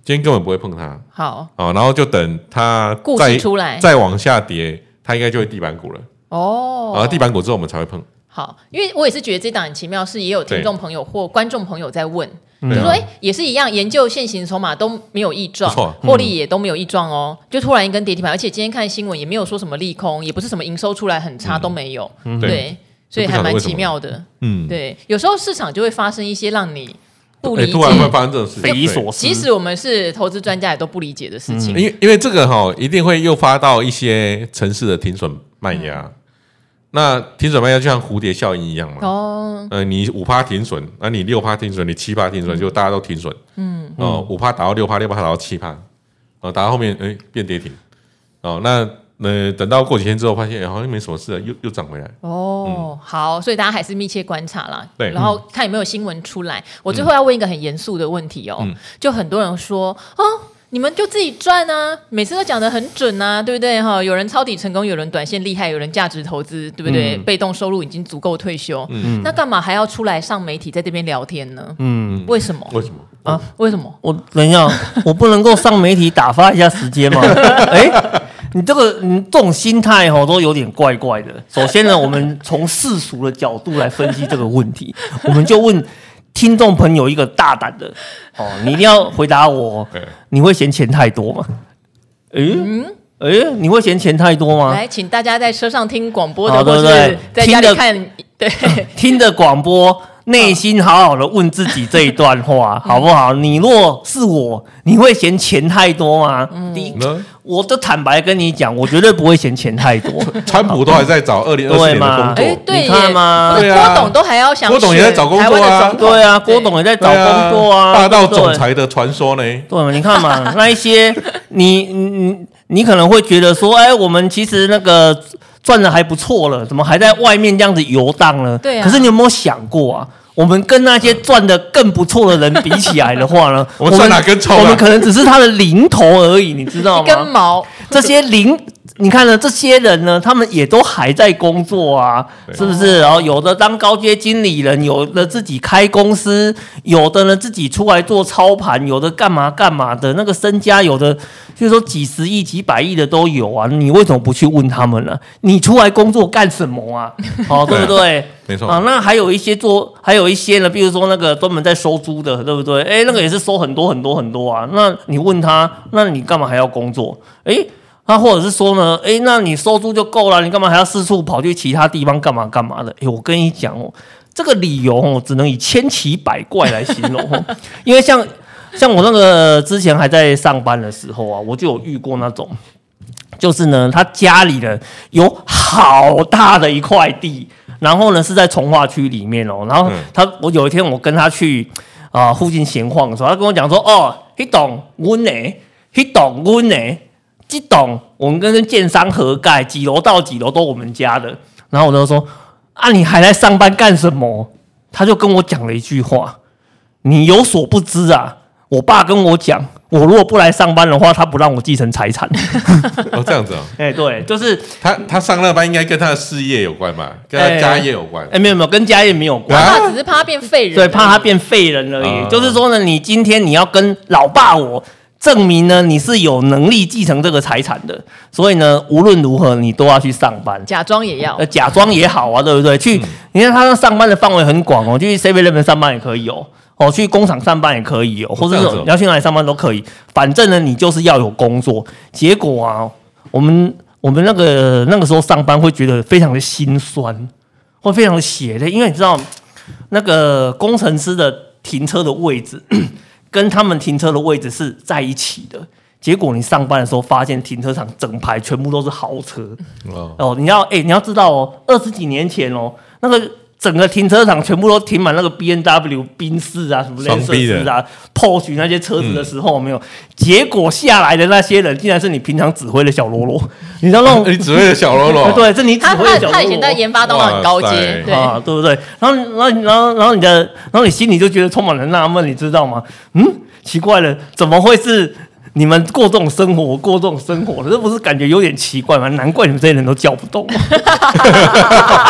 今天根本不会碰它。 好， 哦，然后就等它故再事出来， 再往下跌，它应该就会地板股了。 哦， 然后地板股之后我们才会碰。 好，因为我也是觉得这档很奇妙，是也有听众朋友或观众朋友在问。就说哎、欸，也是一样，研究现行筹码都没有异状，获利也都没有异状哦，就突然一根跌停板，而且今天看新闻也没有说什么利空，也不是什么营收出来很差、嗯、都没有，嗯、对，所以还蛮奇妙的。嗯，对，有时候市场就会发生一些让你不理解，欸、 突然会发生这种事情， 匪夷所思， 即使我们是投资专家也都不理解的事情。 嗯、因为因为这个哈、哦，一定会诱发到一些城市的停损卖压。嗯，那停损卖压就像蝴蝶效应一样嘛。哦，呃，你五趴停损，那、啊、你六趴停损，你七趴停损，就大家都停损。嗯，哦，五趴打到六趴，六趴打到七趴，哦，打到后面哎变跌停。哦，那呃等到过几天之后，发现、哎、好像没什么事了，又又涨回来。哦、 嗯，好，所以大家还是密切观察啦。 对， 然后看有没有新闻出来。我最后要问一个很严肃的问题哦，嗯、就很多人说哦。你们就自己赚啊，每次都讲得很准啊，对不对哈？有人抄底成功，有人短线厉害，有人价值投资，对不对？嗯、被动收入已经足够退休，嗯、那干嘛还要出来上媒体在这边聊天呢？嗯，为什么？ 为什么啊？为什么？ 我等一下，我不能够上媒体打发一下时间吗？哎、欸，你这个你这种心态哈都有点怪怪的。首先呢，我们从世俗的角度来分析这个问题，我们就问。听众朋友一个大胆的哦，你一定要回答我，你会嫌钱太多吗？诶、嗯欸、你会嫌钱太多吗？ 来，请大家在车上听广播的，哦、或是在家里看，对， 听着广播，内心好好的问自己这一段话，好不好？你若是我，你会嫌钱太多吗？嗯、第一，我就坦白跟你讲，我绝对不会嫌钱太多。 川普都还在找二零二四年的工作， 对， 你看吗？ 对啊，郭董都还要想， 郭董也在找工作啊， 对啊，郭董也在找工作啊， 霸道总裁的传说呢？ 对，你看嘛，那一些你你你可能会觉得说，哎，我们其实那个赚的还不错了，怎么还在外面这样子游荡呢？ 对啊。 可是你有没有想过啊？我们跟那些赚的更不错的人比起来的话呢， 我们算哪根葱？ 我们可能只是他的零头而已，你知道吗？ 一根毛。 这些零，你看呢？这些人呢，他们也都还在工作啊，是不是？然后有的当高阶经理人，有的自己开公司，有的呢自己出来做操盘，有的干嘛干嘛的，那个身家有的就是说几十亿、几百亿的都有啊。你为什么不去问他们呢？你出来工作干什么啊？哦，对不对？ 没错啊。那还有一些做，还有一些呢，比如说那个专门在收租的，对不对？哎，那个也是收很多很多很多啊。那你问他，那你干嘛还要工作？哎。那或者是说呢，哎，那你收租就够了，你干嘛还要四处跑去其他地方干嘛干嘛的？哎，我跟你讲哦，这个理由哦，只能以千奇百怪来形容哦。因为像像我那个之前还在上班的时候啊，我就有遇过那种，就是呢，他家里的有好大的一块地，然后呢是在从化区里面哦，然后他我有一天我跟他去啊、呃、附近闲晃的时候，他跟我讲说，哦，那栋我呢，那栋我呢。这栋我们跟建商合盖，几楼到几楼都我们家的。然后我就说：“啊，你还来上班干什么？”他就跟我讲了一句话：“你有所不知啊，我爸跟我讲，我如果不来上班的话，他不让我继承财产。” 哦，这样子哦。 哎、欸，对，就是他他上那班应该跟他的事业有关吧，跟他家业有关。 哎、欸欸，没有没有，跟家业没有关， 他只是怕他变废人， 对，怕他变废人而已。 嗯、 就是说呢，你今天你要跟老爸我。证明呢，你是有能力继承这个财产的，所以呢，无论如何你都要去上班， 假装也要， 呃，假装也好啊，对不对？去，嗯、你看他上班的范围很广哦，去 seven eleven 上班也可以哦，哦，去工厂上班也可以哦，或者是你要去哪里上班都可以，反正呢，你就是要有工作。结果啊，我们我们那个那个时候上班会觉得非常的心酸，会非常的血泪，因为你知道那个工程师的停车的位置。跟他们停车的位置是在一起的，结果你上班的时候发现停车场整排全部都是豪车。哦，哦你要哎、欸，你要知道哦，二十几年前哦，那个整个停车场全部都停满那个 B M W、宾士啊、什么雷瑟斯啊、Porsche 那些车子的时候，嗯、没有，结果下来的那些人竟然是你平常指挥的小喽啰。你知道那种、 啊、你指挥的小喽啰， 对，是你指挥的小喽啰。 他以前在研发当中很高阶，对啊，对不对？然后，然后，然后，然后你的，然后你心里就觉得充满了纳闷，你知道吗？嗯，奇怪了，怎么会是你们过这种生活，我过这种生活的？这不是感觉有点奇怪吗？难怪你们这些人都叫不动。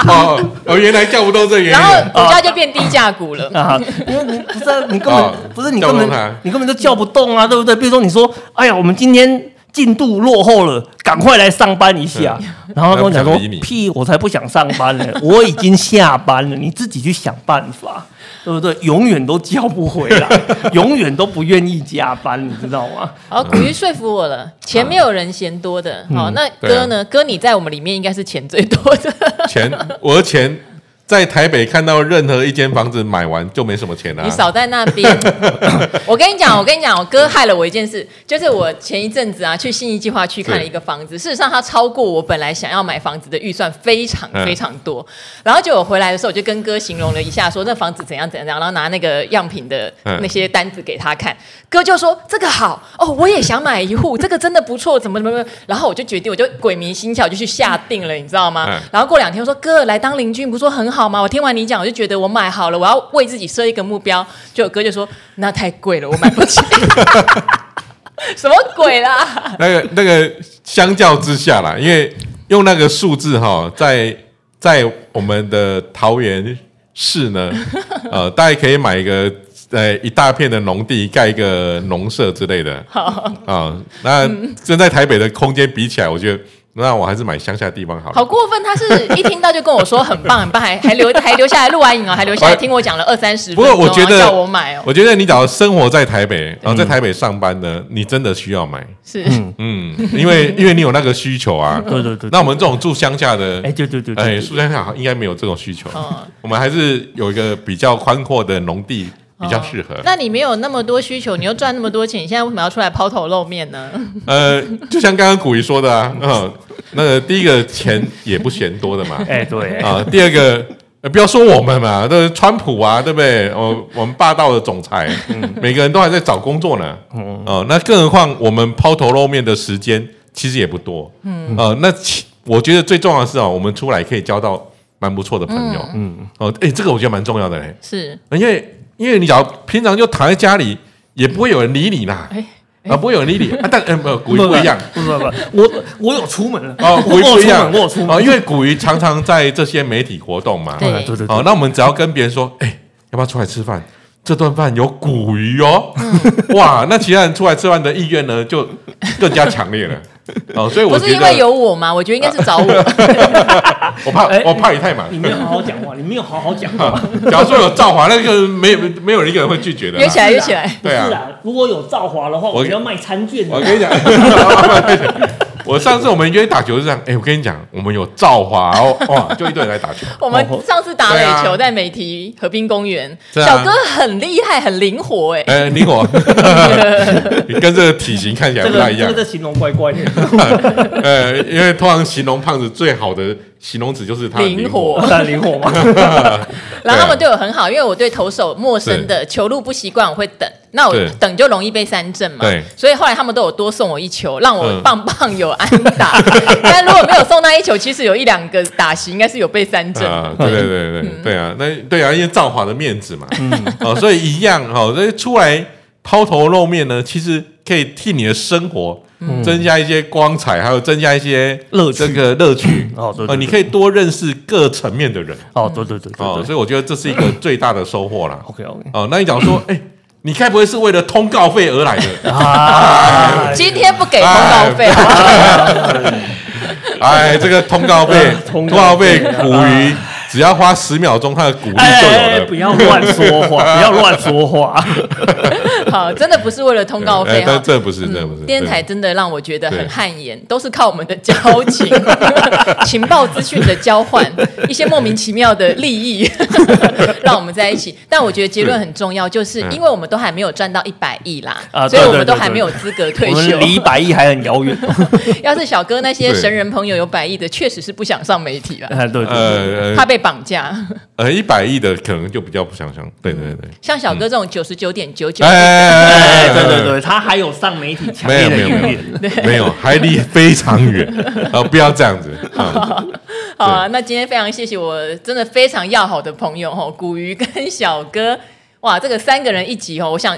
哦哦，原来叫不动这原因。 然后股价就变低价股了。 啊，因为你不是、啊、你根本、 哦、 不是你根本叫你根本就叫不动啊，对不对？比如说你说，哎呀，我们今天进度落后了，赶快来上班一下。嗯、然后他跟我讲说，屁，我才不想上班呢，我已经下班了，你自己去想办法。对不对？永远都叫不回来，永远都不愿意加班，你知道吗？ 好，古鱼说服我了，钱没有人嫌多的。好、嗯，那哥呢？哥，你在我们里面应该是钱最多的。 钱，我的钱。在台北看到任何一间房子买完就没什么钱了、啊。 你少在那边。我跟你讲，我跟你讲，我哥害了我一件事，就是我前一阵子啊去信义计划区看了一个房子，事实上它超过我本来想要买房子的预算非常非常多。嗯、然后就我回来的时候，我就跟哥形容了一下，说那房子怎样怎样，然后拿那个样品的那些单子给他看，哥就说这个好哦，我也想买一户，这个真的不错，怎么怎么怎么。然后我就决定，我就鬼迷心窍，就去下定了，你知道吗？嗯、然后过两天我说哥来当邻居，不是说很好吗？我听完你讲，我就觉得我买好了，我要为自己设一个目标。就我哥就说那太贵了，我买不起。什么鬼啦？ 那个那个相较之下啦，因为用那个数字哈，在在我们的桃园市呢，呃，大概可以买一个呃一大片的农地，盖一个农舍之类的。好啊、呃，那跟在台北的空间比起来，我觉得。那我还是买乡下地方好了。 好过分，他是一听到就跟我说很棒很棒，还还留还留下来录完影哦，还留下来听我讲了二三十分钟。 不过我觉得叫我买哦， 我觉得你只要生活在台北，然后在台北上班呢，嗯、你真的需要买。 是， 嗯，因为因为你有那个需求啊。 对对对。 那我们这种住乡下的， 哎，对对对， 哎，住乡下应该没有这种需求。哦、我们还是有一个比较宽阔的农地。比较适合、哦。 那你没有那么多需求，你又赚那么多钱，你现在为什么要出来抛头露面呢？ 呃，就像刚刚古鱼说的啊，嗯，那个第一个钱也不嫌多的嘛， 哎、欸、对啊、呃，第二个、呃、不要说我们嘛，这川普啊，对不对？哦，我们霸道的总裁，嗯、每个人都还在找工作呢，嗯，哦、呃，那更何况我们抛头露面的时间其实也不多，嗯，呃，那我觉得最重要的是啊，我们出来可以交到蛮不错的朋友，嗯，哦、呃，哎，这个我觉得蛮重要的嘞， 是， 因为。因为你只要平常就躺在家里，也不会有人理你啦，欸欸、啊，不会有人理你啊。但呃，没有古鱼不一样， 不不不，我我有出门哦，古鱼不一样， 我有出门， 哦，因为古鱼常常在这些媒体活动嘛， 对对对。 哦，那我们只要跟别人说，哎、欸，要不要出来吃饭？这顿饭有古鱼哦，嗯、哇，那其他人出来吃饭的意愿呢，就更加强烈了。哦，所以我觉得不是因为有我吗？我觉得应该是找我。 我怕，我怕你太忙。 你没有好好讲话，你没有好好讲话。 假如说有兆华，那个没有没有一个人会拒绝的。 约起来，约起来。 对啊， 是啊，如果有兆华的话，我要卖餐券。 我跟你讲，我上次我们约打球是这样，哎，我跟你讲，我们有兆华哦，哇，就一堆人来打球。 我们上次打垒球在美堤河滨公园，小哥很厉害，很灵活，哎， 哎，灵活，你跟这个体型看起来不太一样。 这个形容怪怪的。 呃，因为通常形容胖子最好的形容词就是他灵活， 很灵活嘛。 然后他们对我很好，因为我对投手陌生的球路不习惯，我会等。那我等就容易被三振嘛， 对， 所以后来他们都有多送我一球，让我棒棒有安打。嗯、但如果没有送那一球，其实有一两个打席应该是有被三振、 啊。对对对对、嗯、对啊，那对啊，因为兆华的面子嘛，嗯，哦，所以一样哈，所以出来抛头露面呢，其实可以替你的生活增加一些光彩，还有增加一些乐趣， 这个乐趣哦，对， 呃，你可以多认识各层面的人。 哦，对对对对， 哦，所以我觉得这是一个最大的收获啦。 OK OK， 哦，那你讲说，哎。你该不会是为了通告费而来的？ 啊、今天不给通告费、啊。 哎，这个通告费，通告费，古鱼只要花十秒钟，他的鼓励就有了。 哎哎不要乱说话，不要乱说话。 好，真的不是为了通告费哈， 这不是，这不是。 电台真的让我觉得很汗颜，都是靠我们的交情、情报资讯的交换，一些莫名其妙的利益，让我们在一起。但我觉得结论很重要，就是因为我们都还没有赚到一百亿啦， 啊、 所以我们都还没有资格退休， 我们离百亿还很遥远。 要是小哥那些神人朋友有百亿的，确实是不想上媒体了， 对对对， 呃， 怕被绑架。 呃，一百亿的可能就比较不想想，对对对。 像小哥这种九十九点九九， 哎，对对对，他还有上媒体强烈的意愿， 没有，还离非常远。呃，不要这样子。 好啊，那今天非常谢谢我真的非常要好的朋友哈，古鱼跟小哥，哇，这个三个人一集哦，我想。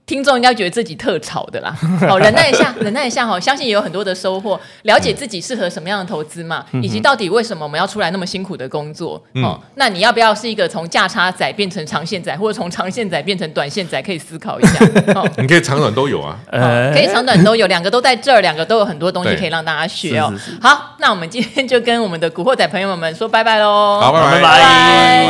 听众应该觉得自己特吵的啦，好，忍耐一下，忍耐一下哈，相信也有很多的收获，了解自己适合什么样的投资嘛， 嗯、 以及到底为什么我们要出来那么辛苦的工作、 嗯、 哦，那你要不要是一个从价差仔变成长线仔，或者从长线仔变成短线仔，可以思考一下。哦、 你可以长短都有啊， 哦、可以长短都有，两个都在这儿，两个都有很多东西可以让大家学哦。 是是是， 好，那我们今天就跟我们的古惑仔朋友们说拜拜喽， 好，拜拜。 拜拜。